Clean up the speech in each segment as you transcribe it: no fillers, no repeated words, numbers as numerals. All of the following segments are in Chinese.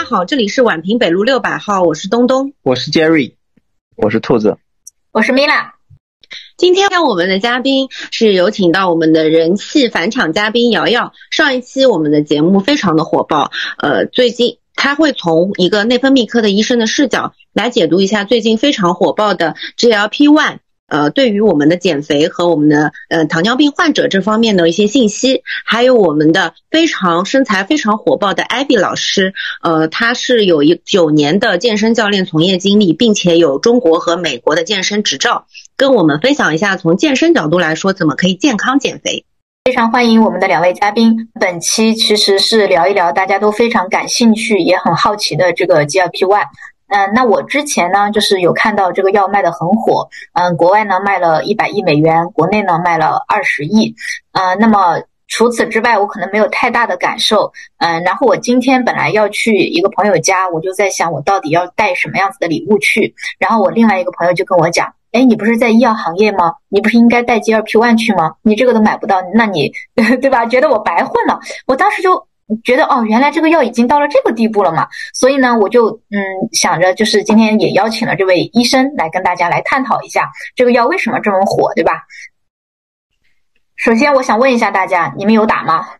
好，这里是宛平北路600号，我是东东， 我是 Jerry， 我是兔子， 我是 Mila。 今天我们的嘉宾是有请到我们的人气返场嘉宾瑶瑶。上一期我们的节目非常的火爆，最近他会从一个内分泌科的医生的视角来解读一下最近非常火爆的 GLP-1。对于我们的减肥和我们的糖尿病患者这方面的一些信息，还有我们的身材非常火爆的 Abby 老师，他是有9年的健身教练从业经历，并且有中国和美国的健身执照，跟我们分享一下从健身角度来说怎么可以健康减肥。 非常欢迎我们的2位嘉宾，本期其实是聊一聊大家都非常感兴趣也很好奇的这个 GLP-1。那我之前呢，就是有看到这个药卖得很火，国外呢卖了100亿美元，国内呢卖了20亿，那么除此之外，我可能没有太大的感受，然后我今天本来要去一个朋友家，我就在想我到底要带什么样子的礼物去，然后我另外一个朋友就跟我讲，你不是在医药行业吗？你不是应该带 GLP-1 去吗？你这个都买不到，那你对吧？觉得我白混了，我当时就觉得原来这个药已经到了这个地步了嘛，所以呢，我就想着就是今天也邀请了这位医生来跟大家来探讨一下这个药为什么这么火，对吧？首先我想问一下大家，你们有打吗？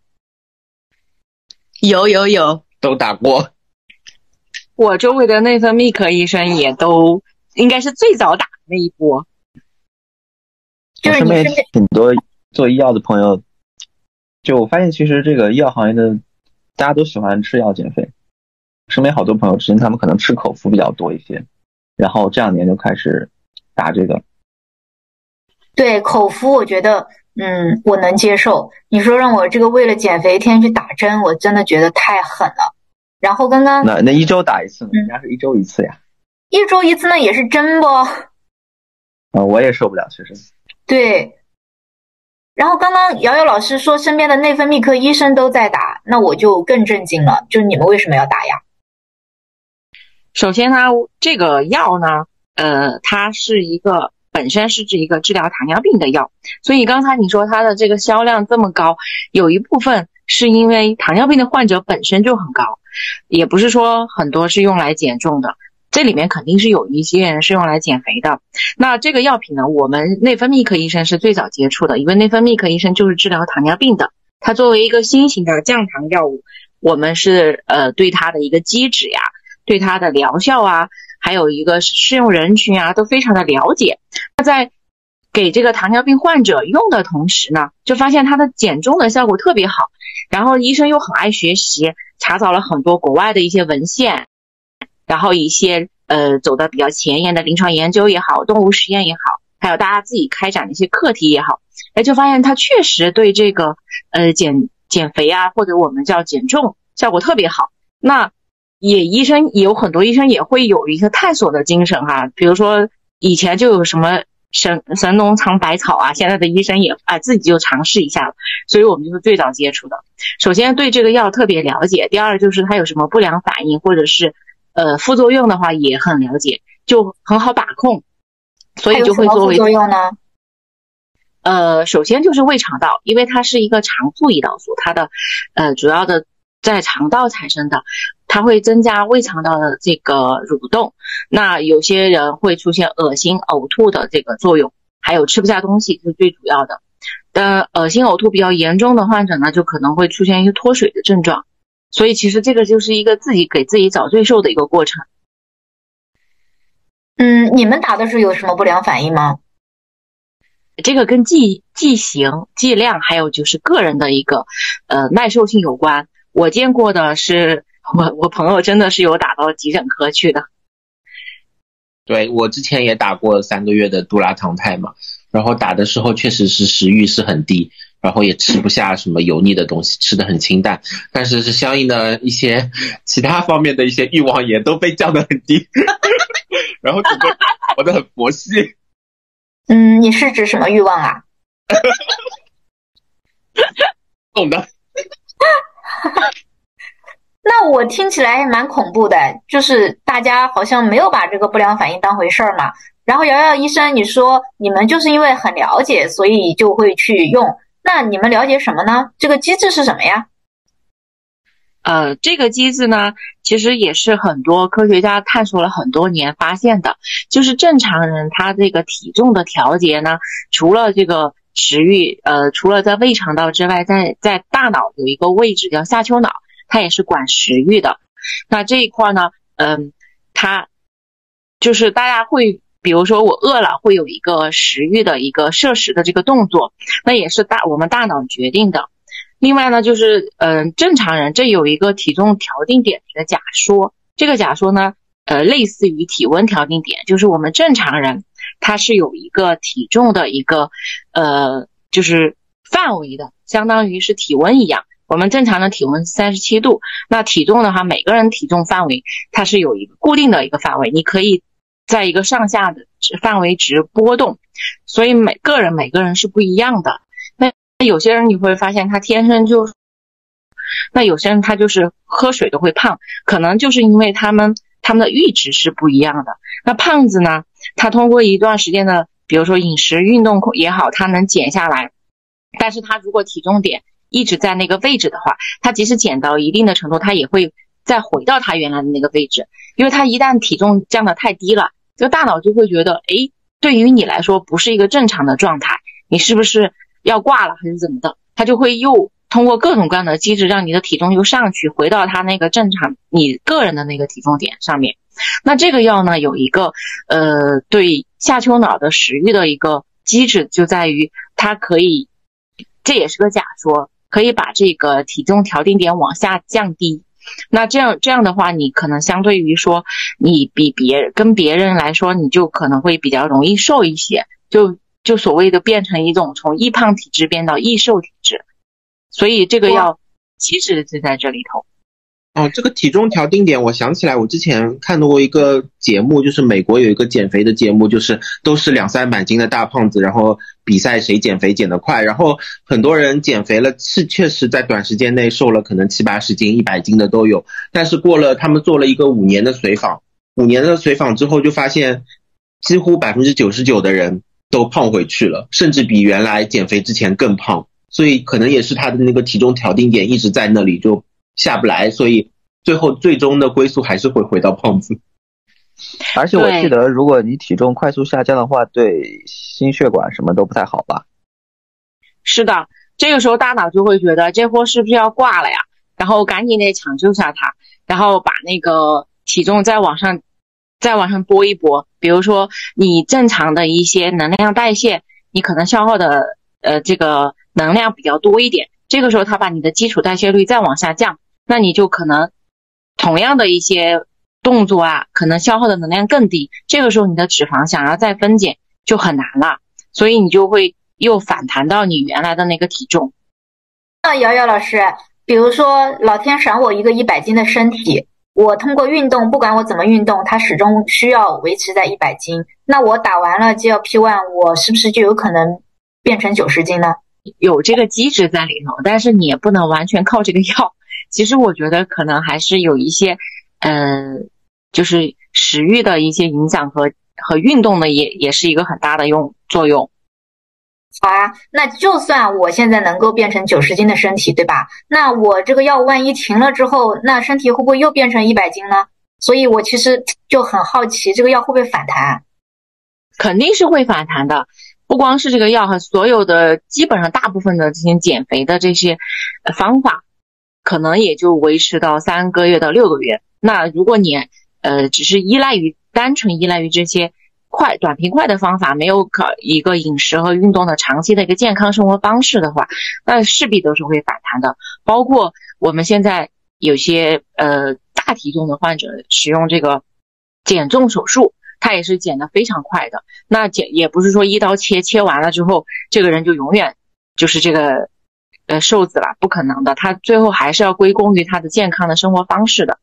有， 都打过。 我周围的内分泌科医生也都应该是最早打的那一波。 就是你身边挺多做医药的朋友，就我发现其实这个医药行业的大家都喜欢吃药减肥，身边好多朋友之前他们可能吃口服比较多一些，然后这2年就开始打这个。 对，口服我觉得我能接受，你说让我这个为了减肥天天去打针，我真的觉得太狠了。然后刚刚那1周打一次，人家是1周1次呀。 1周1次那也是针不？ 我也受不了其实。 对。然后刚刚瑶瑶老师说身边的内分泌科医生都在打，那我就更震惊了，就是你们为什么要打呀？ 首先它这个药呢，它是本身是一个治疗糖尿病的药，所以刚才你说它的这个销量这么高，有一部分是因为糖尿病的患者本身就很高，也不是说很多是用来减重的，这里面肯定是有一些人是用来减肥的。那这个药品呢，我们内分泌科医生是最早接触的，因为内分泌科医生就是治疗糖尿病的，它作为一个新型的降糖药物，我们是对它的一个机制呀，对它的疗效啊，还有一个适用人群啊，都非常的了解。那在给这个糖尿病患者用的同时呢，就发现它的减重的效果特别好，然后医生又很爱学习，查找了很多国外的一些文献，然后一些走的比较前沿的临床研究也好，动物实验也好，还有大家自己开展的一些课题也好，就发现它确实对这个减肥啊，或者我们叫减重效果特别好。那有很多医生也会有一个探索的精神哈，比如说以前就有什么神农尝百草啊，现在的医生也自己就尝试一下了，所以我们就是最早接触的。首先对这个药特别了解，第二就是它有什么不良反应或者是副作用的话也很了解，就很好把控，所以就会作为副作用呢。 首先就是胃肠道，因为它是一个肠促胰岛素，它的主要的在肠道产生的，它会增加胃肠道的这个蠕动，那有些人会出现恶心呕吐的这个作用，还有吃不下东西是最主要的。但恶心呕吐比较严重的患者呢，就可能会出现一些脱水的症状，所以其实这个就是一个自己给自己找罪受的一个过程。 你们打的时候有什么不良反应吗？ 这个跟剂型、剂量还有就是个人的一个耐受性有关。我见过的是我朋友真的是有打到急诊科去的。 对，我之前也打过3个月的杜拉糖肽嘛，然后打的时候确实是食欲是很低，然后也吃不下什么油腻的东西，吃得很清淡，但是相应的一些其他方面的一些欲望也都被降得很低然后整个活得很佛系。 你是指什么欲望啊？ 懂的。 那我听起来蛮恐怖的，就是大家好像没有把这个不良反应当回事儿嘛。然后瑶瑶医生，你说你们就是因为很了解，所以就会去用，那你们了解什么呢？这个机制是什么呀？ 这个机制呢，其实也是很多科学家探索了很多年发现的，就是正常人他这个体重的调节呢，除了这个食欲，除了在胃肠道之外，在大脑有一个位置叫下丘脑，它也是管食欲的。那这一块呢，它就是大家会，比如说我饿了，会有一个食欲的一个摄食的这个动作，那也是我们大脑决定的。另外呢，就是正常人这有一个体重调定点的假说，这个假说呢，类似于体温调定点，就是我们正常人它是有一个体重的一个就是范围的，相当于是体温一样。我们正常的体温37度，那体重的话，每个人体重范围它是有一个固定的一个范围，你可以在一个上下的范围值波动，所以每个人是不一样的。那有些人你会发现他天生就，那有些人他就是喝水都会胖，可能就是因为他们的阈值是不一样的。那胖子呢，他通过一段时间的，比如说饮食运动也好，他能减下来，但是他如果体重点一直在那个位置的话，他即使减到一定的程度，他也会再回到他原来的那个位置，因为他一旦体重降得太低了，这个大脑就会觉得，对于你来说不是一个正常的状态，你是不是要挂了还是怎么的，他就会又通过各种各样的机制让你的体重又上去，回到他那个正常你个人的那个体重点上面。那这个药呢，有一个对下丘脑的食欲的一个机制，就在于它可以，这也是个假说，可以把这个体重调定点往下降低。那这样的话，你可能相对于说你跟别人来说，你就可能会比较容易瘦一些，就所谓的变成一种从易胖体质变到易瘦体质，所以这个药机制就在这里头。 这个体重调定点，我想起来，我之前看到过一个节目，就是美国有一个减肥的节目，就是都是200-300斤的大胖子，然后比赛谁减肥减得快，然后很多人减肥了，是确实在短时间内瘦了可能70-80斤、100斤的都有，但是他们做了一个5年的随访，5年的随访之后就发现，几乎99%的人都胖回去了，甚至比原来减肥之前更胖，所以可能也是他的那个体重调定点一直在那里就下不来，所以最终的归宿还是会回到胖子。 而且我记得如果你体重快速下降的话，对心血管什么都不太好吧。 是的，这个时候大脑就会觉得这货是不是要挂了呀，然后赶紧得抢救下它，然后把那个体重再往上拨一拨。比如说你正常的一些能量代谢，你可能消耗的这个能量比较多一点，这个时候它把你的基础代谢率再往下降，那你就可能同样的一些动作啊，可能消耗的能量更低，这个时候你的脂肪想要再分解就很难了，所以你就会又反弹到你原来的那个体重。 那瑶瑶老师，比如说老天赏我一个100斤的身体，我通过运动，不管我怎么运动，它始终需要维持在100斤，那我打完了 GLP-1， 我是不是就有可能变成90斤呢？ 有这个机制在里头，但是你也不能完全靠这个药。其实我觉得可能还是有一些就是食欲的一些影响和运动的也是一个很大的作用。 好啊，那就算我现在能够变成90斤的身体，对吧？那我这个药万一停了之后，那身体会不会又变成100斤呢？所以我其实就很好奇，这个药会不会反弹？ 肯定是会反弹的，不光是这个药，和所有的基本上大部分的这些减肥的这些方法，可能也就维持到3个月到6个月。那如果你只是单纯依赖于这些短平快的方法，没有一个饮食和运动的长期的一个健康生活方式的话，那势必都是会反弹的。包括我们现在有些大体重的患者使用这个减重手术，它也是减得非常快的。那也不是说一刀切完了之后，这个人就永远就是这个瘦子了，不可能的。他最后还是要归功于他的健康的生活方式的。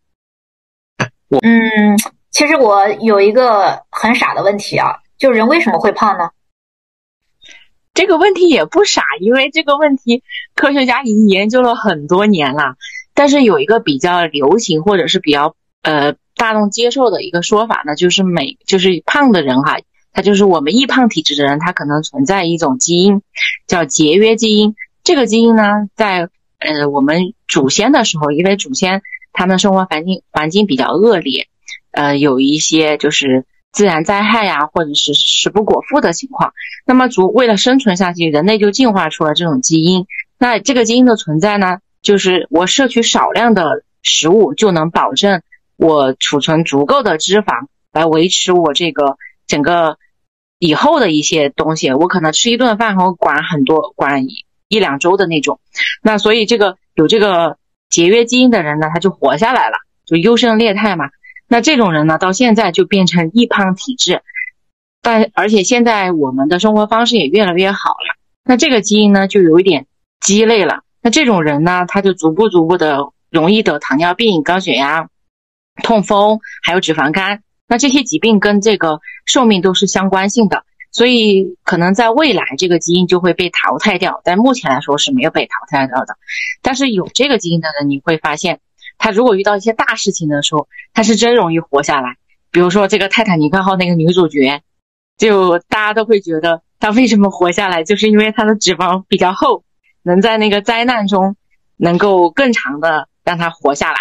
其实我有一个很傻的问题啊，就人为什么会胖呢？ 这个问题也不傻，因为这个问题科学家已经研究了很多年了。但是有一个比较流行或者是比较大众接受的一个说法呢，就是胖的人哈，他就是我们易胖体质的人，他可能存在一种基因叫节约基因。这个基因呢，在我们祖先的时候，因为祖先他们生活环境比较恶劣，有一些就是自然灾害呀，或者是食不果腹的情况，那么为了生存下去，人类就进化出了这种基因。那这个基因的存在呢，就是我摄取少量的食物就能保证我储存足够的脂肪来维持我这个整个以后的一些东西，我可能吃一顿饭后管一两周的那种。那所以有这个节约基因的人呢，他就活下来了，就优胜劣汰嘛。那这种人呢，到现在就变成易胖体质，而且现在我们的生活方式也越来越好了，那这个基因呢就有一点鸡肋了。那这种人呢，他就逐步的容易得糖尿病、高血压、痛风还有脂肪肝，那这些疾病跟这个寿命都是相关性的，所以可能在未来这个基因就会被淘汰掉，但目前来说是没有被淘汰掉的。但是有这个基因的人，你会发现他如果遇到一些大事情的时候，他是真容易活下来。比如说这个泰坦尼克号那个女主角，就大家都会觉得她为什么活下来，就是因为她的脂肪比较厚，能在那个灾难中能够更长的让她活下来。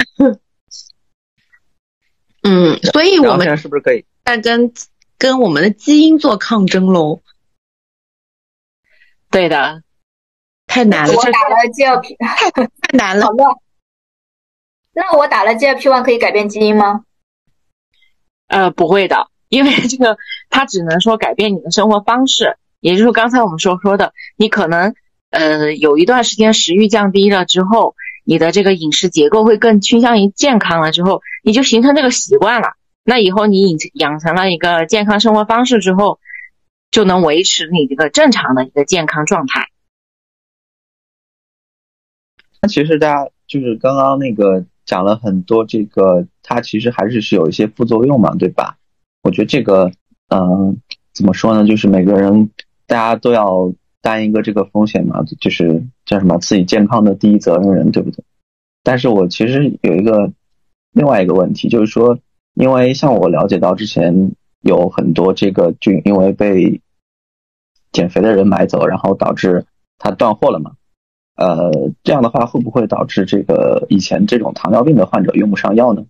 所以我们是不是可以在跟我们的基因做抗争喽？ 对的， 太难了。 我打了 GLP 太难了。 好的，那我打了 GLP-1 可以改变基因吗？ 不会的，因为这个它只能说改变你的生活方式，也就是刚才我们说的，你可能有一段时间食欲降低了之后，你的这个饮食结构会更倾向于健康了之后，你就形成这个习惯了。那以后你养成了一个健康生活方式之后，就能维持你这个正常的一个健康状态。 那其实大家就是刚刚那个讲了很多，这个它其实还是有一些副作用嘛，对吧？我觉得这个怎么说呢，就是每个人大家都要担一个这个风险嘛，就是叫什么自己健康的第一责任人，对不对？但是我其实有另外一个问题，就是说因为像我了解到之前有很多这个就因为被减肥的人买走，然后导致他断货了嘛。这样的话会不会导致这个以前这种糖尿病的患者用不上药呢？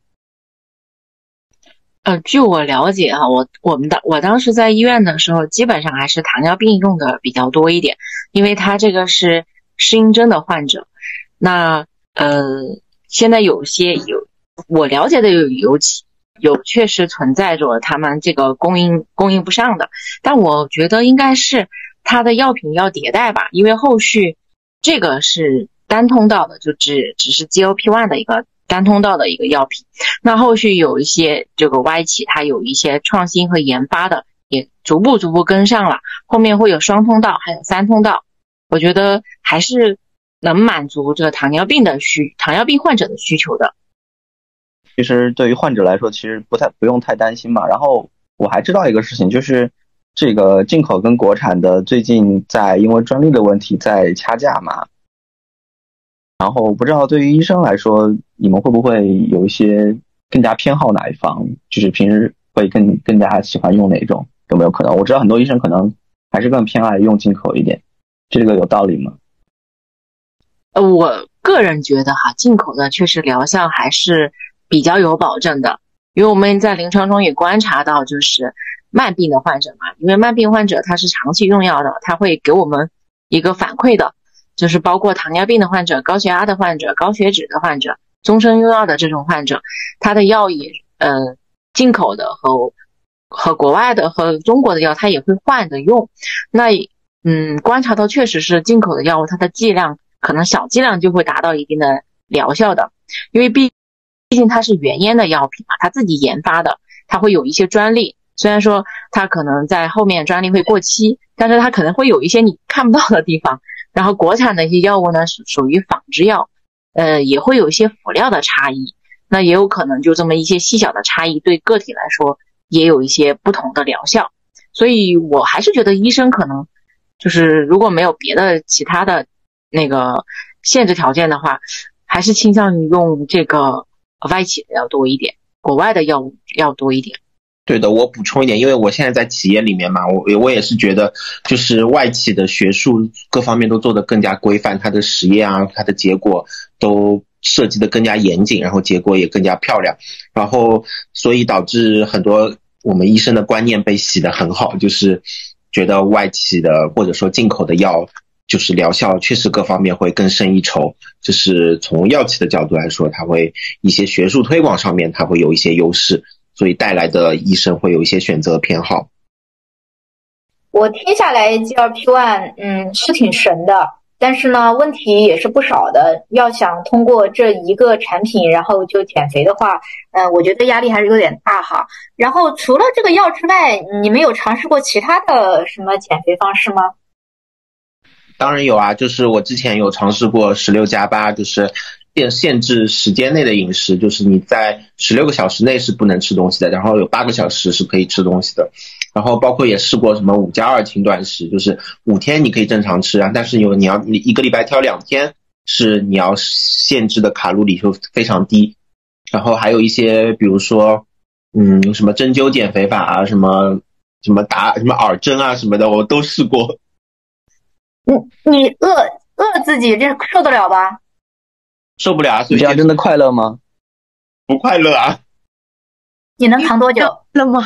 据我了解啊，我当时在医院的时候，基本上还是糖尿病用的比较多一点，因为他这个是适应症的患者。那现在我了解的有确实存在着他们这个供应不上的，但我觉得应该是他的药品要迭代吧，因为后续这个是单通道的，就只是 GLP-1 的一个单通道的一个药品。那后续有一些这个歪企，它有一些创新和研发的也逐步跟上了，后面会有双通道还有三通道，我觉得还是能满足这个糖尿病患者的需求的。 其实对于患者来说其实不用太担心嘛。然后我还知道一个事情，就是这个进口跟国产的最近因为专利的问题在掐架嘛。然后不知道对于医生来说，你们会不会有一些更加偏好哪一方，就是平时会更加喜欢用哪种，有没有可能？我知道很多医生可能还是更偏爱用进口一点，这个有道理吗？ 我个人觉得进口的确实疗效还是比较有保证的，因为我们在临床中也观察到，就是慢病的患者嘛，因为慢病患者他是长期用药的，他会给我们一个反馈的，就是包括糖尿病的患者、高血压的患者、高血脂的患者、终身用药的这种患者，他的药也进口的和国外的和中国的药他也会换着用。那观察到确实是进口的药物，它的剂量可能小剂量就会达到一定的疗效的，因为毕竟它是原研的药品嘛，它自己研发的，它会有一些专利，虽然说它可能在后面专利会过期，但是它可能会有一些你看不到的地方。然后国产的一些药物呢是属于仿制药，也会有一些辅料的差异，那也有可能就这么一些细小的差异，对个体来说也有一些不同的疗效。所以我还是觉得医生可能就是如果没有别的其他的那个限制条件的话，还是倾向于用这个外企的要多一点，国外的药物要多一点。 对的，我补充一点，因为我现在在企业里面嘛，我也是觉得，就是外企的学术各方面都做得更加规范，它的实验啊，它的结果都设计得更加严谨，然后结果也更加漂亮，然后所以导致很多我们医生的观念被洗得很好，就是觉得外企的或者说进口的药，就是疗效确实各方面会更胜一筹，就是从药企的角度来说，它会一些学术推广上面它会有一些优势。所以带来的医生会有一些选择偏好。 我听下来 GLP-1 是挺神的，但是呢问题也是不少的。要想通过这一个产品然后就减肥的话，我觉得压力还是有点大哈。然后除了这个药之外，你们有尝试过其他的什么减肥方式吗？ 当然有啊，就是我之前有尝试过16+8，就是限制时间内的饮食，就是你在16个小时内是不能吃东西的，然后有8个小时是可以吃东西的。然后包括也试过什么5+2轻断食，就是5天你可以正常吃啊，但是你一个礼拜挑2天是你要限制的卡路里就非常低。然后还有一些比如说什么针灸减肥法啊，什么打什么耳针啊什么的，我都试过。 你饿自己这受得了吧？ 受不了啊！ 你这样真的快乐吗？ 不快乐啊！ 你能扛多久了吗？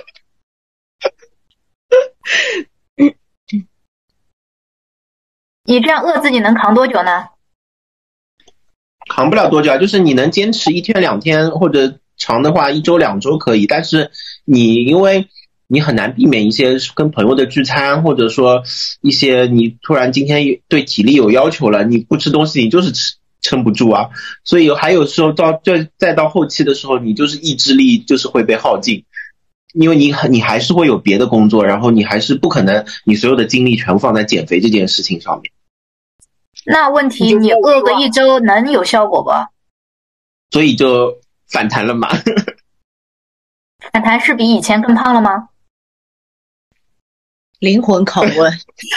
你这样饿自己能扛多久呢？ 扛不了多久啊，就是你能坚持1天2天，或者长的话1周2周可以，但是因为你很难避免一些跟朋友的聚餐，或者说一些你突然今天对体力有要求了，你不吃东西你就是撑不住啊。所以还有时候再到后期的时候，你就是意志力就是会被耗尽，因为你还是会有别的工作，然后你还是不可能你所有的精力全放在减肥这件事情上面。 那问题你饿个1周能有效果不？ 所以就反弹了嘛。 反弹是比以前更胖了吗？ 灵魂拷问。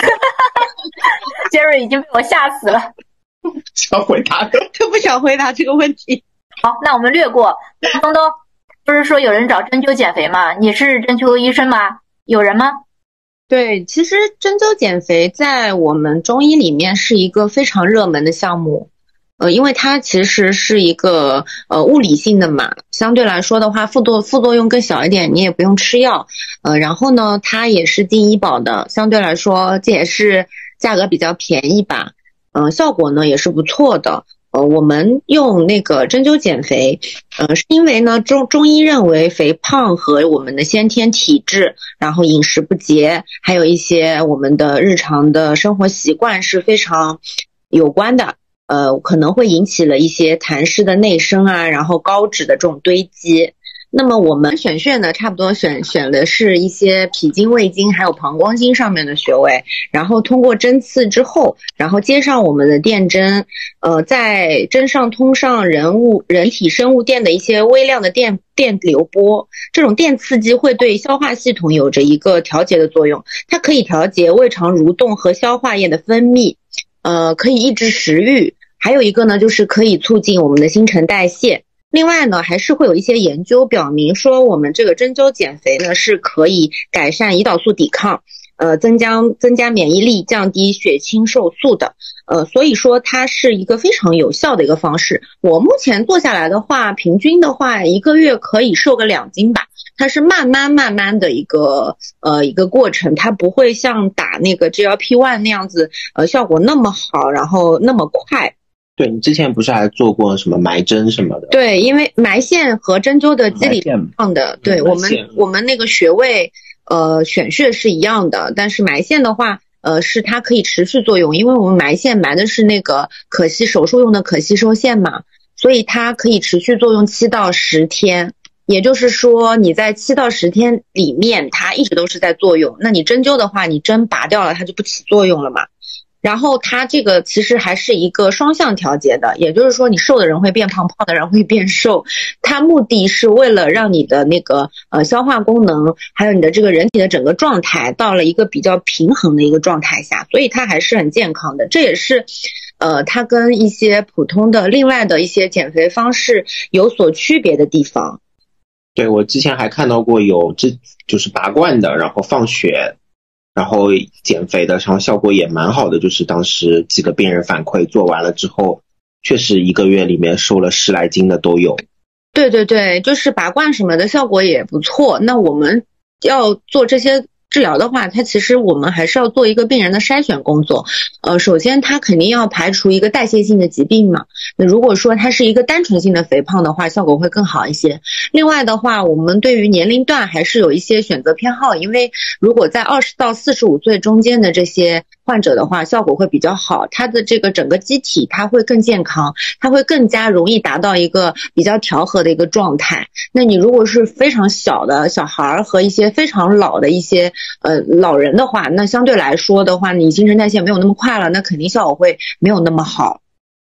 杰瑞已经被我吓死了。 想回答的， 他不想回答这个问题。 好，那我们略过。那东东不是说有人找针灸减肥吗？你是针灸医生吗？有人吗？ 对，其实针灸减肥在我们中医里面是一个非常热门的项目。因为它其实是一个物理性的嘛，相对来说的话副作用更小一点，你也不用吃药。然后呢，它也是进医保的，相对来说这也是价格比较便宜吧。效果呢也是不错的。我们用那个针灸减肥，是因为呢中医认为肥胖和我们的先天体质，然后饮食不节，还有一些我们的日常的生活习惯是非常有关的。可能会引起了一些痰湿的内生啊，然后高脂的这种堆积。那么我们选穴呢，差不多选的是一些脾经、胃经还有膀胱经上面的穴位，然后通过针刺之后，然后接上我们的电针，在针上通上人体生物电的一些微量的电流波，这种电刺激会对消化系统有着一个调节的作用，它可以调节胃肠蠕动和消化液的分泌，可以抑制食欲，还有一个呢就是可以促进我们的新陈代谢。另外呢，还是会有一些研究表明说，我们这个针灸减肥呢是可以改善胰岛素抵抗，增加免疫力，降低血清瘦素的。所以说它是一个非常有效的一个方式。我目前做下来的话，平均的话1个月可以瘦个2斤吧。它是慢慢的一个过程，它不会像打那个 GLP-1 那样子，效果那么好，然后那么快。 对，你之前不是还做过什么埋针什么的？ 对，因为埋线和针灸的机理是一样的，对，我们那个穴位选穴是一样的，但是埋线的话是它可以持续作用，因为我们埋线埋的是那个手术用的可吸收线嘛，所以它可以持续作用7到10天。也就是说你在7到10天里面它一直都是在作用，那你针灸的话，你针拔掉了它就不起作用了嘛。然后它这个其实还是一个双向调节的，也就是说你瘦的人会变胖，胖的人会变瘦，它目的是为了让你的那个消化功能还有你的这个人体的整个状态到了一个比较平衡的一个状态下，所以它还是很健康的。这也是它跟一些普通的另外的一些减肥方式有所区别的地方。 对，我之前还看到过有就是拔罐的，然后放血，然后减肥的，然后效果也蛮好的，就是当时几个病人反馈做完了之后，确实1个月里面瘦了10来斤的都有。 对对对，就是拔罐什么的效果也不错。那我们要做这些治疗的话，它其实我们还是要做一个病人的筛选工作。首先他肯定要排除一个代谢性的疾病嘛。那如果说它是一个单纯性的肥胖的话，效果会更好一些。另外的话，我们对于年龄段还是有一些选择偏好，因为如果在20到45岁中间的这些患者的话，效果会比较好，他的这个整个机体它会更健康，它会更加容易达到一个比较调和的一个状态。那你如果是非常小的小孩和一些非常老的一些老人的话，那相对来说的话，你新陈代谢没有那么快了，那肯定效果会没有那么好。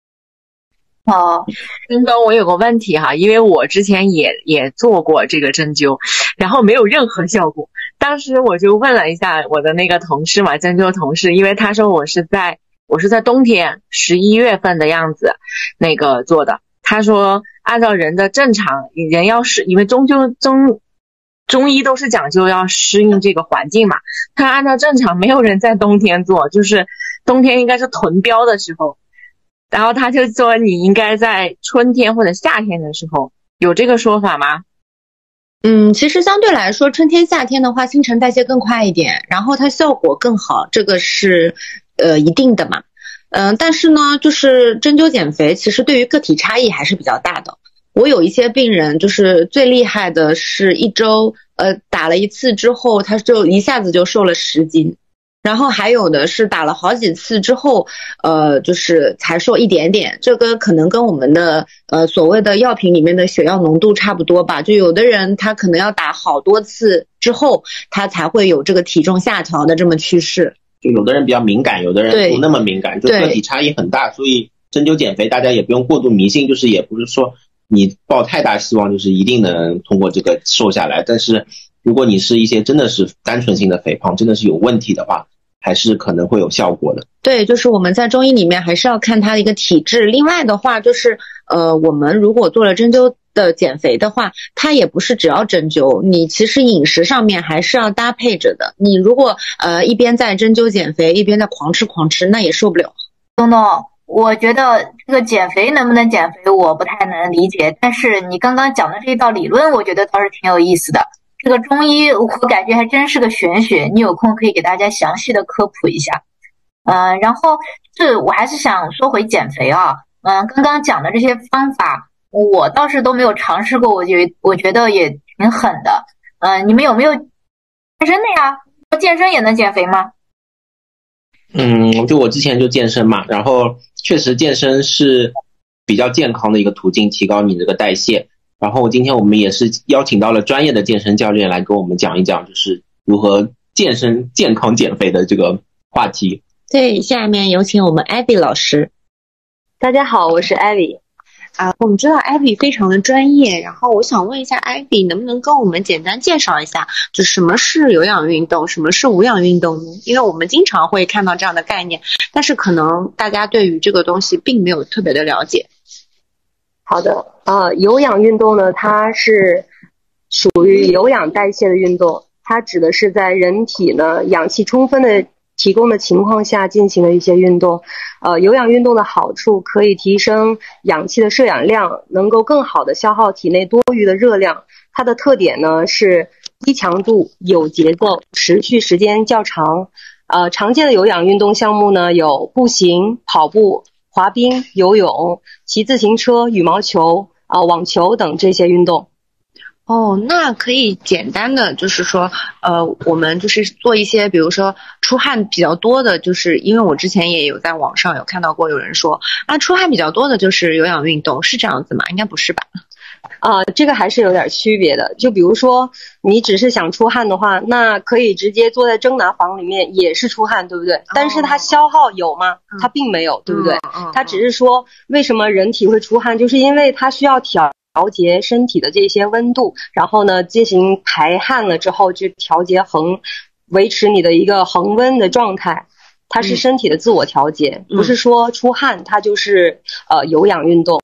真的，我有个问题哈，因为我之前也做过这个针灸，然后没有任何效果。当时我就问了一下我的那个同事嘛，针灸同事，因为他说我是在冬天11月份的样子那个做的。他说按照人的正常，人要是因为中医都是讲究要适应这个环境嘛，他按照正常没有人在冬天做，就是冬天应该是囤膘的时候。然后他就说你应该在春天或者夏天的时候，有这个说法吗？ 其实相对来说，春天夏天的话，新陈代谢更快一点，然后它效果更好，这个是一定的嘛。但是呢，就是针灸减肥其实对于个体差异还是比较大的。我有一些病人就是最厉害的是1周打了1次之后，他就一下子就瘦了10斤。然后还有的是打了好几次之后就是才瘦一点点，这个可能跟我们的所谓的药品里面的血药浓度差不多吧。就有的人他可能要打好多次之后，他才会有这个体重下调的这么趋势。 就有的人比较敏感，有的人不那么敏感，就个体差异很大。所以针灸减肥大家也不用过度迷信，就是也不是说你抱太大希望就是一定能通过这个瘦下来。但是如果你是一些真的是单纯性的肥胖，真的是有问题的话，还是可能会有效果的。 对，就是我们在中医里面还是要看它的一个体质。另外的话就是我们如果做了针灸的减肥的话，它也不是只要针灸，你其实饮食上面还是要搭配着的。你如果一边在针灸减肥一边在狂吃，那也受不了。 东东，我觉得这个减肥能不能减肥我不太能理解，但是你刚刚讲的这一道理论我觉得倒是挺有意思的。这个中医我感觉还真是个玄学，你有空可以给大家详细的科普一下。然后我还是想说回减肥啊。刚刚讲的这些方法我倒是都没有尝试过，我觉得也挺狠的。你们有没有健身的呀？健身也能减肥吗？ 就我之前就健身嘛，然后确实健身是比较健康的一个途径，提高你这个代谢。然后今天我们也是邀请到了专业的健身教练来跟我们讲一讲，就是如何健身健康减肥的这个话题。 对，下面有请我们 Abby 老师。 大家好，我是 Abby。 我们知道 Abby 非常的专业，然后我想问一下 Abby 能不能跟我们简单介绍一下，就什么是有氧运动，什么是无氧运动呢？因为我们经常会看到这样的概念，但是可能大家对于这个东西并没有特别的了解。 好的，有氧运动呢，它是属于有氧代谢的运动，它指的是在人体呢氧气充分的提供的情况下进行的一些运动。有氧运动的好处可以提升氧气的摄氧量，能够更好的消耗体内多余的热量。它的特点呢是低强度、有节奏，持续时间较长。常见的有氧运动项目呢有步行、跑步、滑冰、游泳、骑自行车、羽毛球、网球等这些运动。 那可以简单的就是说我们就是做一些比如说出汗比较多的，就是因为我之前也有在网上有看到过有人说出汗比较多的就是有氧运动，是这样子吗？应该不是吧？ 这个还是有点区别的。就比如说你只是想出汗的话，那可以直接坐在蒸拿房里面也是出汗，对不对？但是它消耗有吗？它并没有，对不对？它只是说为什么人体会出汗，就是因为它需要调节身体的这些温度，然后呢进行排汗了之后就调节维持你的一个恒温的状态。它是身体的自我调节，不是说出汗它就是有氧运动。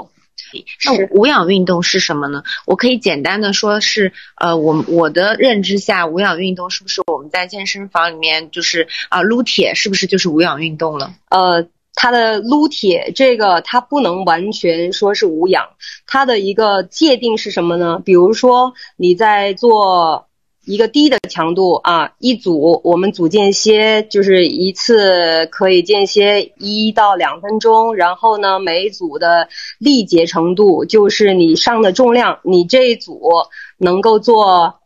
那无氧运动是什么呢？我可以简单的说是，我的认知下，无氧运动是不是我们在健身房里面就是撸铁，是不是就是无氧运动了？ 它的撸铁这个它不能完全说是无氧，它的一个界定是什么呢？比如说你在做一个低的强度一组我们组间歇就是一次可以间歇1到2分钟，然后呢每一组的力竭程度就是你上的重量，你这一组能够做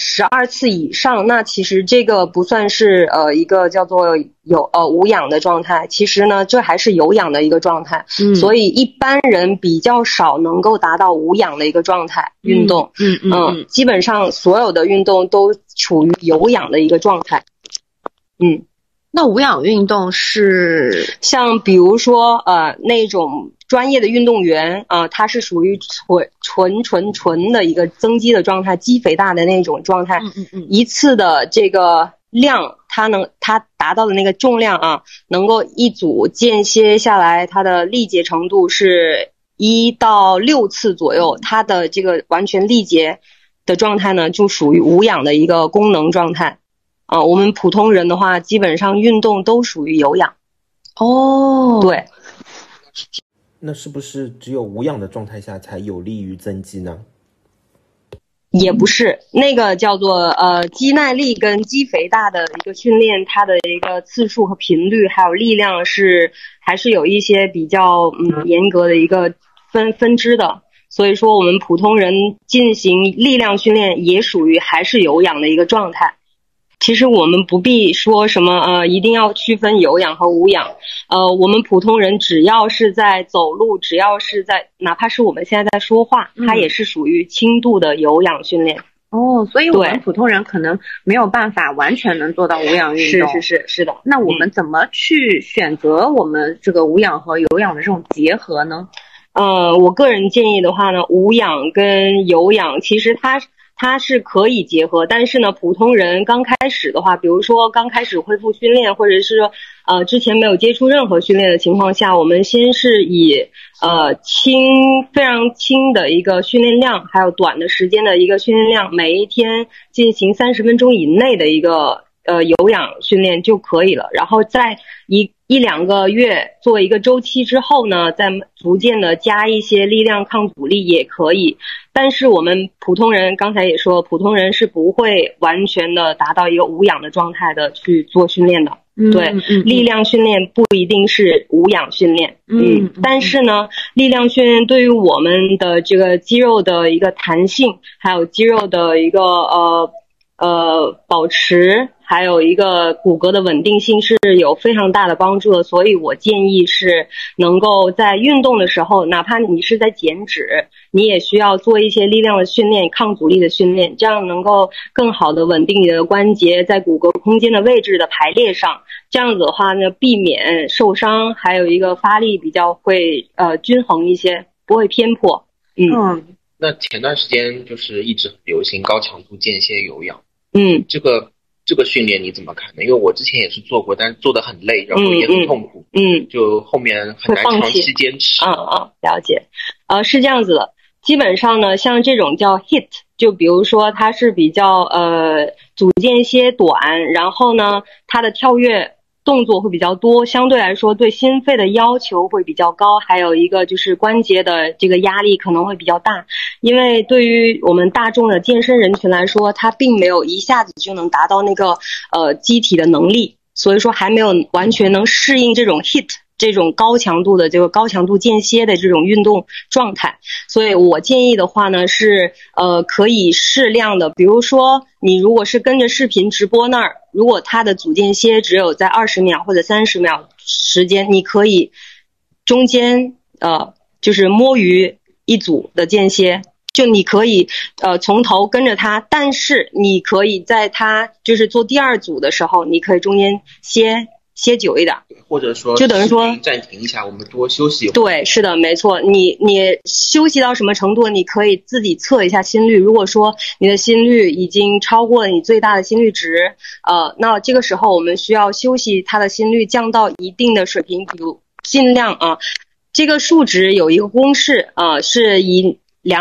12次以上，那其实这个不算是一个叫做无氧的状态，其实呢这还是有氧的一个状态，所以一般人比较少能够达到无氧的一个状态运动，基本上所有的运动都处于有氧的一个状态。 那无氧运动是像比如说那种专业的运动员他是属于纯的一个增肌的状态，肌肥大的那种状态，一次的这个量他达到的那个重量能够一组间歇下来，它的力竭程度是1到6次左右，它的这个完全力竭的状态呢就属于无氧的一个功能状态。我们普通人的话基本上运动都属于有氧。对。 那是不是只有无氧的状态下才有利于增肌呢？ 也不是，那个叫做肌耐力跟肌肥大的一个训练，它的一个次数和频率还有力量还是有一些比较严格的一个分支的，所以说我们普通人进行力量训练也属于还是有氧的一个状态。其实我们不必说什么一定要区分有氧和无氧，我们普通人只要是在走路，只要是在哪怕是我们现在在说话，它也是属于轻度的有氧训练。 所以我们普通人可能没有办法完全能做到无氧运动。 是的。 那我们怎么去选择我们这个无氧和有氧的这种结合呢？ 我个人建议的话呢，无氧跟有氧其实它是可以结合，但是呢普通人刚开始的话，比如说刚开始恢复训练，或者是之前没有接触任何训练的情况下，我们先是以非常轻的一个训练量，还有短的时间的一个训练量，每一天进行30分钟以内的一个有氧训练就可以了，然后在1-2个月做一个周期之后呢，再逐渐的加一些力量抗阻力也可以。但是我们普通人刚才也说，普通人是不会完全的达到一个无氧的状态的去做训练的。对，力量训练不一定是无氧训练。但是呢，力量训练对于我们的这个肌肉的一个弹性，还有肌肉的一个保持，还有一个骨骼的稳定性是有非常大的帮助的，所以我建议是能够在运动的时候，哪怕你是在减脂，你也需要做一些力量的训练，抗阻力的训练，这样能够更好的稳定你的关节在骨骼空间的位置的排列上，这样子的话呢，避免受伤，还有一个发力比较会均衡一些，不会偏颇。 那前段时间就是一直很流行高强度间歇有氧，这个训练你怎么看呢？因为我之前也是做过，但是做得很累，然后也很痛苦，就后面很难长期坚持。 了解。是这样子的，基本上呢，像这种叫 HIIT， 就比如说它是比较组间歇短，然后呢，它的跳跃动作会比较多，相对来说对心肺的要求会比较高，还有一个就是关节的这个压力可能会比较大，因为对于我们大众的健身人群来说，它并没有一下子就能达到那个机体的能力，所以说还没有完全能适应这种 HIIT这种高强度的这个高强度间歇的这种运动状态。所以我建议的话呢是可以适量的，比如说你如果是跟着视频直播那儿，如果它的组间歇只有在20秒或者30秒时间，你可以中间就是摸鱼一组的间歇，就你可以从头跟着它，但是你可以在它就是做第2组的时候，你可以中间歇久一点， 或者说就等于说暂停一下，我们多休息一会儿。 对，是的，没错。你休息到什么程度，你可以自己测一下心率。如果说你的心率已经超过了你最大的心率值，那这个时候我们需要休息，它的心率降到一定的水平，比如尽量这个数值有一个公式是以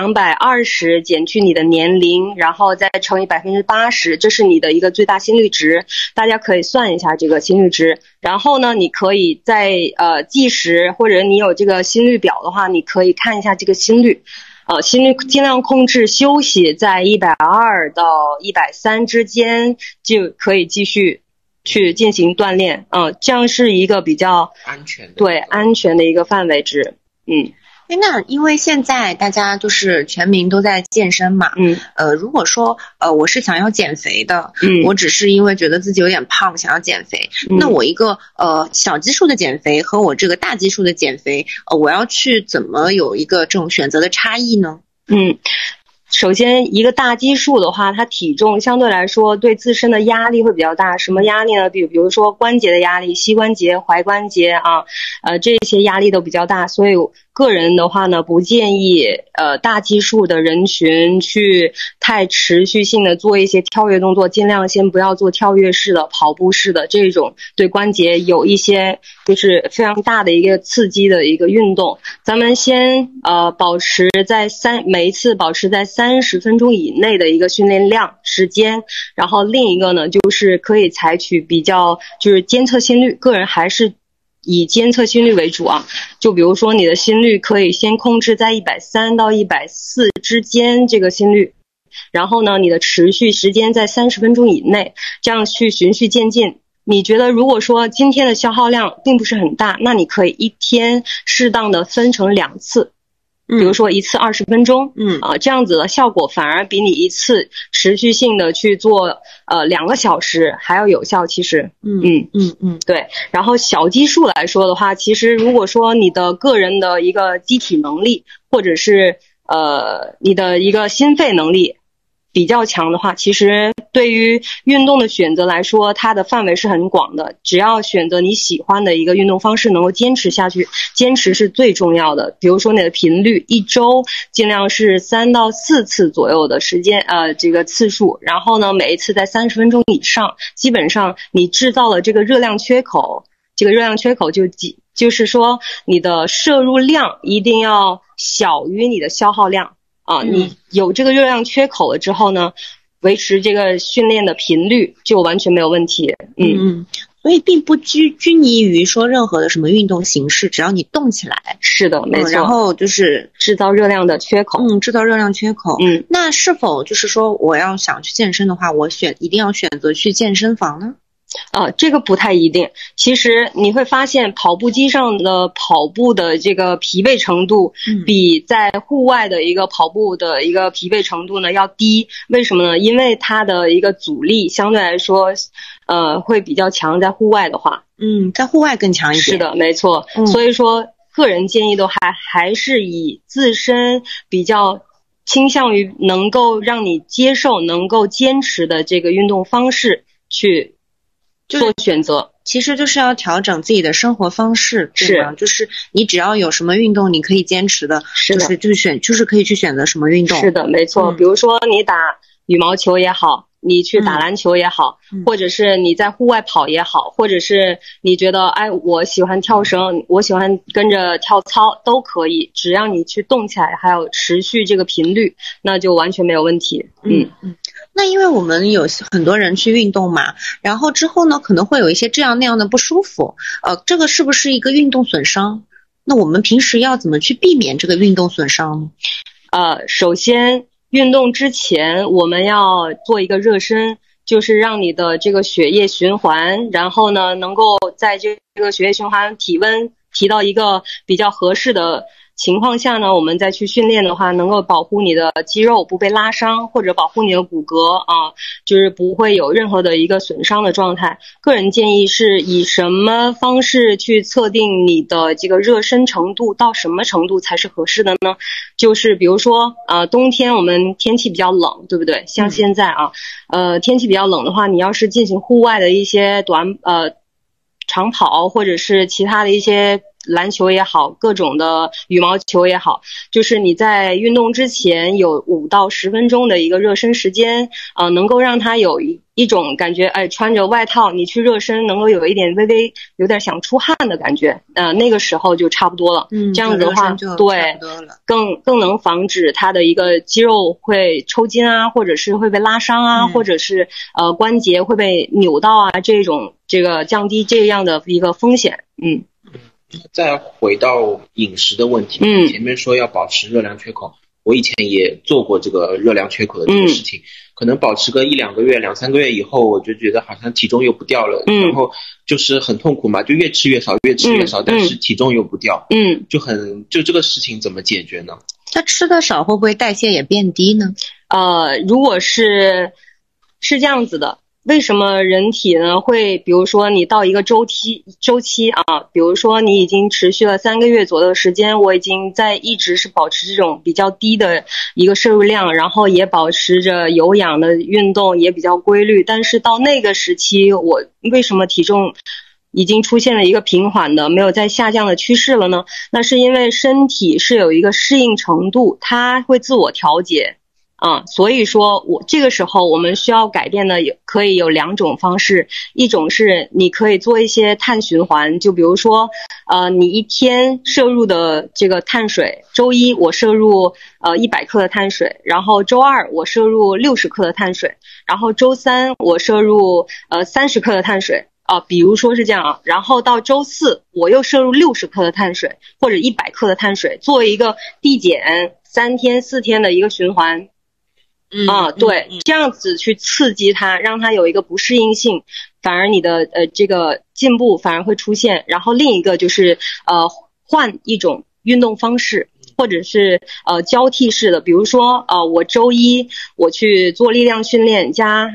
220减去你的年龄，然后再乘以80%，这是你的一个最大心率值。大家可以算一下这个心率值，然后呢，你可以在计时，或者你有这个心率表的话，你可以看一下这个心率。心率尽量控制休息在120到130之间，就可以继续去进行锻炼。这样是一个比较安全的， 对，安全的一个范围值。 那因为现在大家就是全民都在健身嘛，如果说我是想要减肥的，我只是因为觉得自己有点胖想要减肥，那我一个小基数的减肥和我这个大基数的减肥，我要去怎么有一个这种选择的差异呢？ 首先一个大基数的话，它体重相对来说对自身的压力会比较大。什么压力呢？比如说关节的压力，膝关节、踝关节这些压力都比较大，所以个人的话呢，不建议大基数的人群去太持续性的做一些跳跃动作，尽量先不要做跳跃式的、跑步式的这种对关节有一些就是非常大的一个刺激的一个运动。咱们先保持在每一次保持在30分钟以内的一个训练量时间，然后另一个呢就是可以采取比较就是监测心率，个人还是以监测心率为主就比如说你的心率可以先控制在130到140之间这个心率，然后呢你的持续时间在30分钟以内，这样去循序渐进。你觉得如果说今天的消耗量并不是很大，那你可以一天适当的分成2次，比如说一次20分钟，这样子的效果反而比你一次持续性的去做2个小时还要有效。其实对。然后小基数来说的话，其实如果说你的个人的一个机体能力，或者是你的一个心肺能力比较强的话，其实对于运动的选择来说，它的范围是很广的。只要选择你喜欢的一个运动方式，能够坚持下去，坚持是最重要的。比如说你的频率，一周尽量是3到4次左右的时间，这个次数，然后呢，每一次在30分钟以上，基本上你制造了这个热量缺口，这个热量缺口就是说你的摄入量一定要小于你的消耗量。你有这个热量缺口了之后呢，维持这个训练的频率就完全没有问题。 所以并不拘泥于说任何的什么运动形式，只要你动起来。 是的，没错。 然后就是制造热量的缺口。 制造热量缺口。那是否就是说我要想去健身的话，我一定要选择去健身房呢？ 这个不太一定。其实你会发现跑步机上的跑步的这个疲惫程度比在户外的一个跑步的一个疲惫程度呢要低。为什么呢？因为它的一个阻力相对来说会比较强，在户外的话。 在户外更强一点。 是的，没错。所以说个人建议都还是以自身比较倾向于能够让你接受能够坚持的这个运动方式去做选择。 其实就是要调整自己的生活方式，对吗？就是你只要有什么运动你可以坚持的，就是可以去选择什么运动。 是的，没错。比如说你打羽毛球也好，你去打篮球也好，或者是你在户外跑也好，或者是你觉得我喜欢跳绳，我喜欢跟着跳操都可以，只要你去动起来，还有持续这个频率，那就完全没有问题。 那因为我们有很多人去运动嘛，然后之后呢可能会有一些这样那样的不舒服，这个是不是一个运动损伤？那我们平时要怎么去避免这个运动损伤呢？ 首先运动之前我们要做一个热身，就是让你的这个血液循环，然后呢能够在这个血液循环体温提到一个比较合适的情况下呢，我们再去训练的话，能够保护你的肌肉不被拉伤，或者保护你的骨骼就是不会有任何的一个损伤的状态。个人建议是以什么方式去测定你的这个热身程度，到什么程度才是合适的呢？就是比如说冬天我们天气比较冷，对不对？像现在天气比较冷的话，你要是进行户外的一些长跑或者是其他的一些篮球也好，各种的羽毛球也好，就是你在运动之前有5到10分钟的一个热身时间，能够让他有一种感觉，穿着外套你去热身，能够有一点微微有点想出汗的感觉，那个时候就差不多了。这样子的话，对，更能防止他的一个肌肉会抽筋啊，或者是会被拉伤啊，或者是关节会被扭到啊，这个降低这样的一个风险。 再回到饮食的问题，前面说要保持热量缺口，我以前也做过这个热量缺口的这个事情，可能保持个1-2个月、2-3个月以后，我就觉得好像体重又不掉了，然后就是很痛苦嘛，就越吃越少，但是体重又不掉，就这个事情怎么解决呢？ 他吃的少会不会代谢也变低呢？ 如果是这样子的。为什么人体呢会，比如说你到一个周期啊，比如说你已经持续了3个月左右的时间，我已经一直是保持这种比较低的一个摄入量，然后也保持着有氧的运动也比较规律，但是到那个时期我为什么体重已经出现了一个平缓的没有再下降的趋势了呢？那是因为身体是有一个适应程度，它会自我调节。所以说这个时候我们需要改变的可以有2种方式，一种是你可以做一些碳循环，就比如说你一天摄入的这个碳水，周一我摄入100克的碳水，然后周二我摄入60克的碳水，然后周三我摄入30克的碳水比如说是这样啊，然后到周四我又摄入60克的碳水或者100克的碳水，作为一个递减3天4天的一个循环。对，这样子去刺激它，让它有一个不适应性，反而你的这个进步反而会出现。然后另一个就是换一种运动方式，或者是交替式的，比如说我周一我去做力量训练加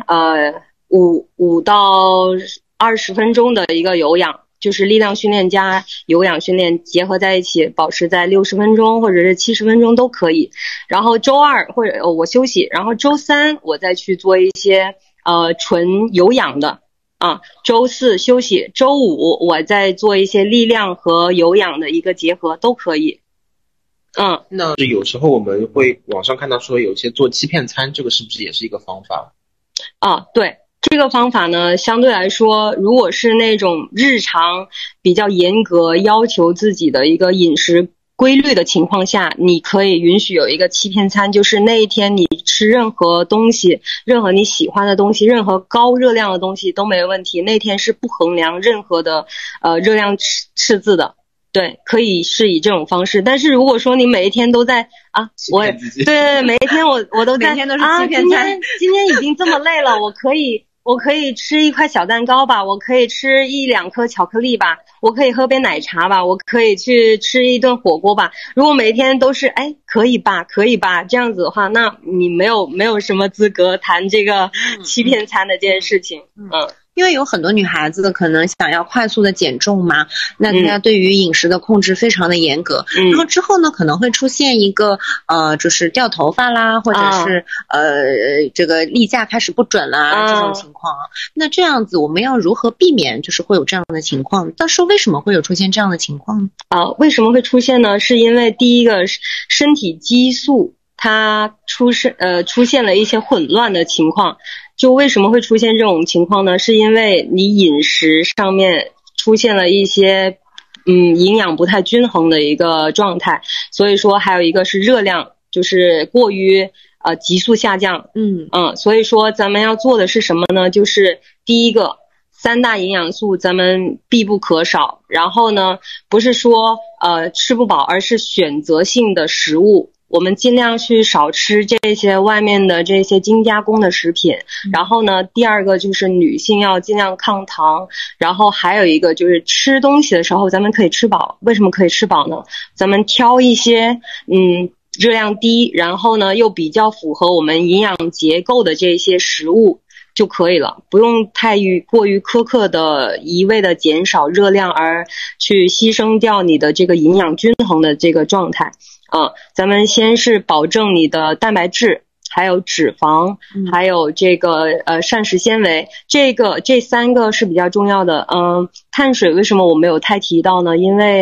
5到20分钟的一个有氧。就是力量训练加有氧训练结合在一起，保持在60分钟或者是70分钟都可以。然后周二或者我休息，然后周三我再去做一些纯有氧的周四休息，周五我再做一些力量和有氧的一个结合都可以。 那有时候我们会网上看到说有些做欺骗餐，这个是不是也是一个方法？ 对。这个方法呢，相对来说，如果是那种日常比较严格要求自己的一个饮食规律的情况下，你可以允许有一个欺骗餐，就是那一天你吃任何东西，任何你喜欢的东西，任何高热量的东西都没问题，那天是不衡量任何的热量赤字的。对，可以是以这种方式。但是如果说你每一天都在对，每一天我都在每天都是欺骗餐， 今天已经这么累了，我可以吃一块小蛋糕吧，我可以吃1-2颗巧克力吧，我可以喝杯奶茶吧，我可以去吃一顿火锅吧。如果每一天都是可以吧这样子的话，那你没有什么资格谈这个欺骗餐的这件事情。 因为有很多女孩子可能想要快速的减重嘛，那大家对于饮食的控制非常的严格，然后之后呢可能会出现一个就是掉头发啦，或者是这个例假开始不准啦这种情况那这样子我们要如何避免就是会有这样的情况？到时候为什么会有出现这样的情况呢？ 为什么会出现呢？是因为第一个身体激素它出现了一些混乱的情况。就为什么会出现这种情况呢？是因为你饮食上面出现了一些营养不太均衡的一个状态，所以说还有一个是热量就是过于急速下降。所以说咱们要做的是什么呢？就是第一个3大营养素咱们必不可少，然后呢不是说吃不饱，而是选择性的食物，我们尽量去少吃这些外面的这些精加工的食品。然后呢第二个就是女性要尽量抗糖，然后还有一个就是吃东西的时候咱们可以吃饱。为什么可以吃饱呢？咱们挑一些热量低，然后呢又比较符合我们营养结构的这些食物就可以了，不用过于苛刻的一味的减少热量而去牺牲掉你的这个营养均衡的这个状态。咱们先是保证你的蛋白质，还有脂肪，还有这个膳食纤维，这3个是比较重要的。碳水为什么我没有太提到呢？因为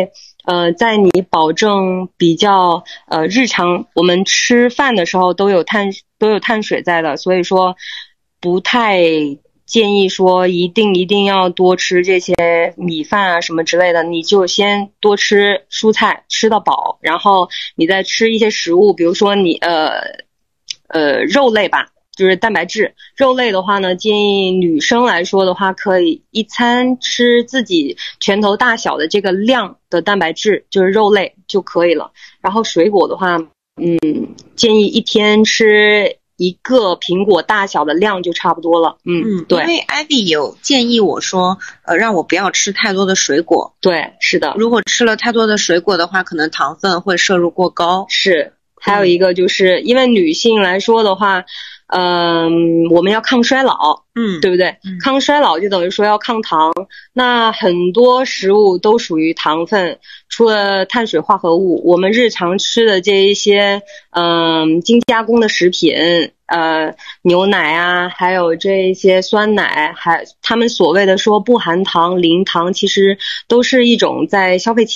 在你保证比较日常我们吃饭的时候都有碳水在的，所以说不太建议说一定要多吃这些米饭啊什么之类的，你就先多吃蔬菜吃到饱，然后你再吃一些食物，比如说你肉类吧，就是蛋白质。肉类的话呢，建议女生来说的话，可以一餐吃自己拳头大小的这个量的蛋白质，就是肉类就可以了。然后水果的话，建议一天吃一个苹果大小的量就差不多了。对。 因为 Ivy 有建议我说，让我不要吃太多的水果。 对，是的。 如果吃了太多的水果的话，可能糖分会摄入过高。 是。还有一个就是因为女性来说的话，我们要抗衰老，对不对？抗衰老就等于说要抗糖，那很多食物都属于糖分，除了碳水化合物，我们日常吃的这一些精加工的食品，牛奶啊，还有这一些酸奶，还他们所谓的说不含糖、零糖，其实都是一种在消费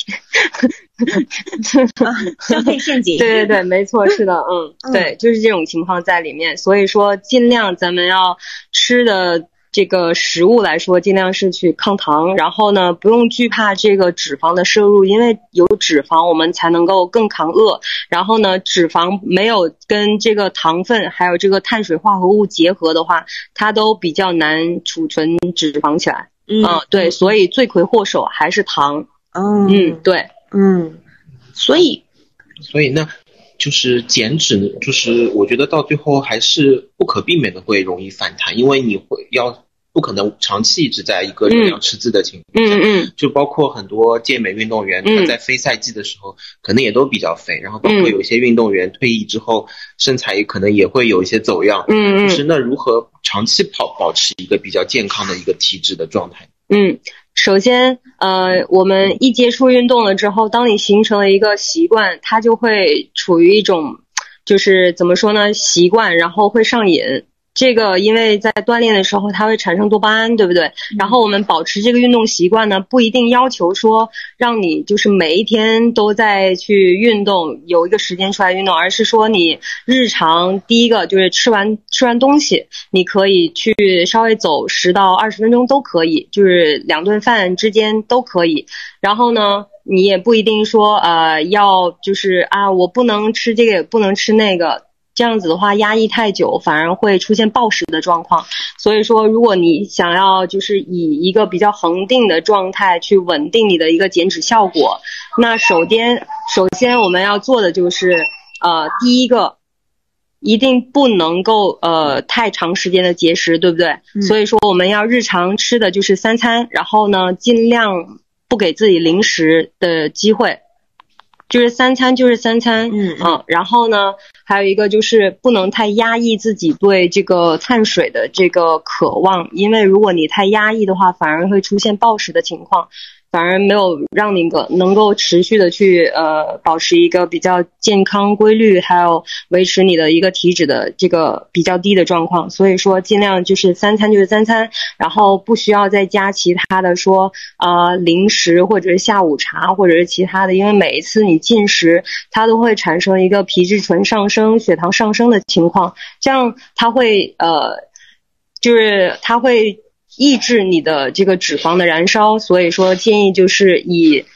消费陷阱。 对对对，没错，是的，对，就是这种情况在里面。所以说尽量咱们要吃的这个食物来说，尽量是去抗糖，然后呢不用惧怕这个脂肪的摄入，因为有脂肪我们才能够更抗饿，然后呢脂肪没有跟这个糖分还有这个碳水化合物结合的话，它都比较难储存脂肪起来。对，所以罪魁祸首还是糖。对。 所以呢就是减脂，就是我觉得到最后还是不可避免的会容易反弹，因为你不可能长期一直在一个热量赤字的情况下。就包括很多健美运动员，他在非赛季的时候可能也都比较肥，然后包括有一些运动员退役之后身材可能也会有一些走样。就是那如何长期保持一个比较健康的一个体脂的状态？ 首先我们一接触运动了之后，当你形成了一个习惯，它就会处于一种就是怎么说呢，习惯，然后会上瘾。这个因为在锻炼的时候它会产生多巴胺，对不对？然后我们保持这个运动习惯呢，不一定要求说让你就是每一天都在去运动，有一个时间出来运动，而是说你日常第一个就是吃完东西，你可以去稍微走10到20分钟都可以，就是2顿饭之间都可以。然后呢你也不一定说要就是我不能吃这个也不能吃那个，这样子的话压抑太久反而会出现暴食的状况。所以说如果你想要就是以一个比较恒定的状态去稳定你的一个减脂效果，那首先我们要做的就是第一个一定不能够太长时间的节食，对不对？所以说我们要日常吃的就是3餐，然后呢尽量不给自己零食的机会，就是3餐就是3餐。然后呢还有一个就是不能太压抑自己对这个碳水的这个渴望，因为如果你太压抑的话反而会出现暴食的情况，反而没有让你能够持续的去保持一个比较健康规律，还有维持你的一个体脂的这个比较低的状况。所以说尽量就是3餐就是3餐，然后不需要再加其他的说零食或者是下午茶或者是其他的，因为每一次你进食它都会产生一个皮质醇上升血糖上升的情况，这样它会就是它会抑制你的这个脂肪的燃烧。所以说建议就是以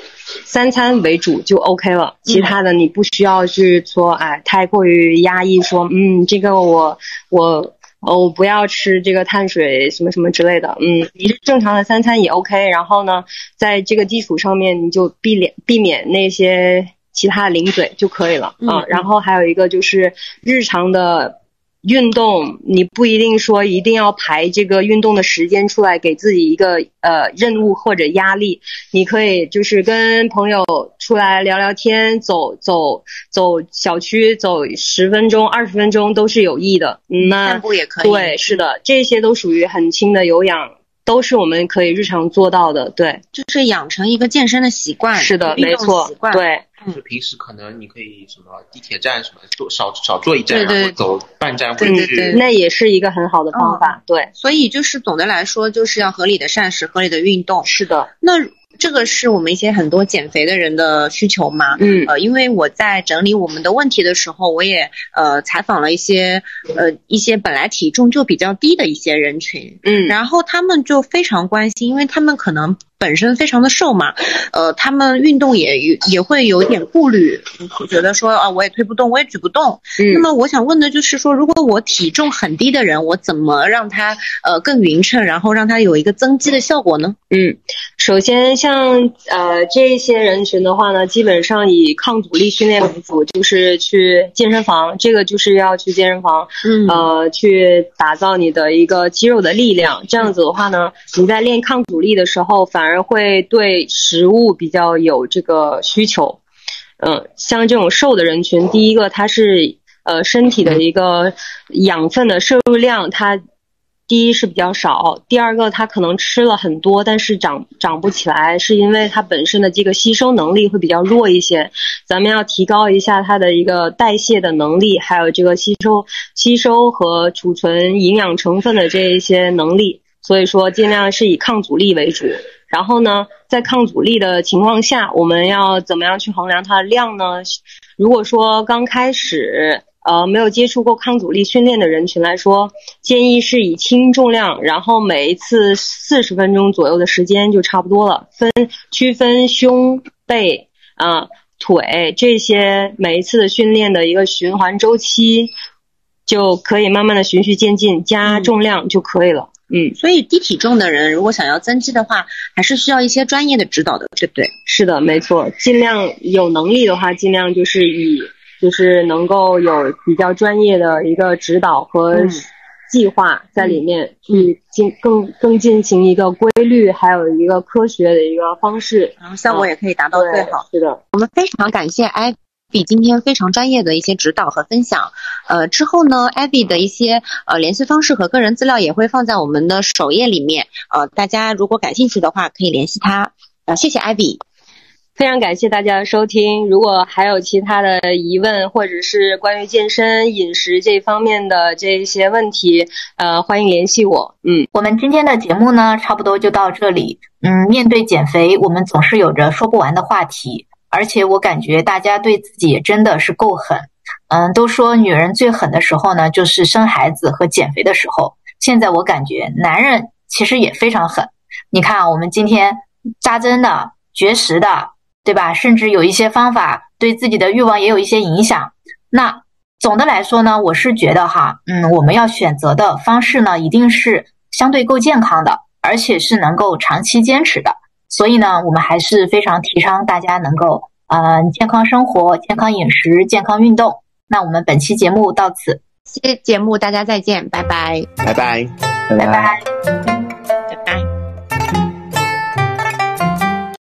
3餐为主就 OK 了，其他的你不需要去说太过于压抑说这个我不要吃这个碳水什么什么之类的。你正常的3餐也 OK， 然后呢在这个基础上面你就避免那些其他的零嘴就可以了。然后还有一个就是日常的运动，你不一定说一定要排这个运动的时间出来给自己一个任务或者压力，你可以就是跟朋友出来聊聊天，走小区走10分钟20分钟都是有益的。 散步也可以。 对，是的，这些都属于很轻的有氧，都是我们可以日常做到的。对， 就是养成一个健身的习惯。 是的，没错，对。 就是平时可能你可以什么地铁站什么少坐一站，然后走半站回去， 那也是一个很好的方法。对， 所以就是总的来说就是要合理的膳食，合理的运动。 是的。 那这个是我们一些很多减肥的人的需求嘛。因为我在整理我们的问题的时候，我也采访了一些本来体重就比较低的一些人群，然后他们就非常关心，因为他们可能本身非常的瘦嘛，他们运动也会有点顾虑，觉得说我也推不动，我也举不动。那么我想问的就是说，如果我体重很低的人，我怎么让他更匀称，然后让他有一个增肌的效果呢？ 首先像这些人群的话呢，基本上以抗阻力训练为主，就是去健身房，这个就是要去健身房，去打造你的一个肌肉的力量。这样子的话呢，你在练抗阻力的时候，反而会对食物比较有这个需求。像这种瘦的人群，第一个它是身体的一个养分的摄入量，它第一是比较少，第二个它可能吃了很多，但是长不起来，是因为它本身的这个吸收能力会比较弱一些。咱们要提高一下它的一个代谢的能力，还有这个吸收和储存营养成分的这一些能力。所以说尽量是以抗阻力为主。然后呢，在抗阻力的情况下，我们要怎么样去衡量它的量呢？如果说刚开始没有接触过抗阻力训练的人群来说，建议是以轻重量，然后每一次40分钟左右的时间就差不多了。区分胸、背、腿这些每一次的训练的一个循环周期，就可以慢慢的循序渐进，加重量就可以了。 所以低体重的人如果想要增肌的话，还是需要一些专业的指导的，对不对？ 是的，没错，尽量有能力的话，尽量就是能够有比较专业的一个指导和计划在里面，去更进行一个规律，还有一个科学的一个方式， 然后效果也可以达到最好。 是的， 我们非常感谢Abby今天非常专业的一些指导和分享。之后呢 Abby 的一些联系方式和个人资料也会放在我们的首页里面，大家如果感兴趣的话可以联系他。谢谢 Abby。 非常感谢大家的收听，如果还有其他的疑问，或者是关于健身饮食这方面的这些问题，欢迎联系我。 我们今天的节目呢差不多就到这里。面对减肥，我们总是有着说不完的话题，而且我感觉大家对自己也真的是够狠。都说女人最狠的时候呢就是生孩子和减肥的时候，现在我感觉男人其实也非常狠。你看我们今天扎针的、绝食的，对吧？甚至有一些方法对自己的欲望也有一些影响。那总的来说呢，我是觉得我们要选择的方式呢，一定是相对够健康的，而且是能够长期坚持的。所以呢，我们还是非常提倡大家能够健康生活、健康饮食、健康运动。那我们本期节目到此， 谢谢节目，大家再见，拜拜， 拜拜， 拜拜。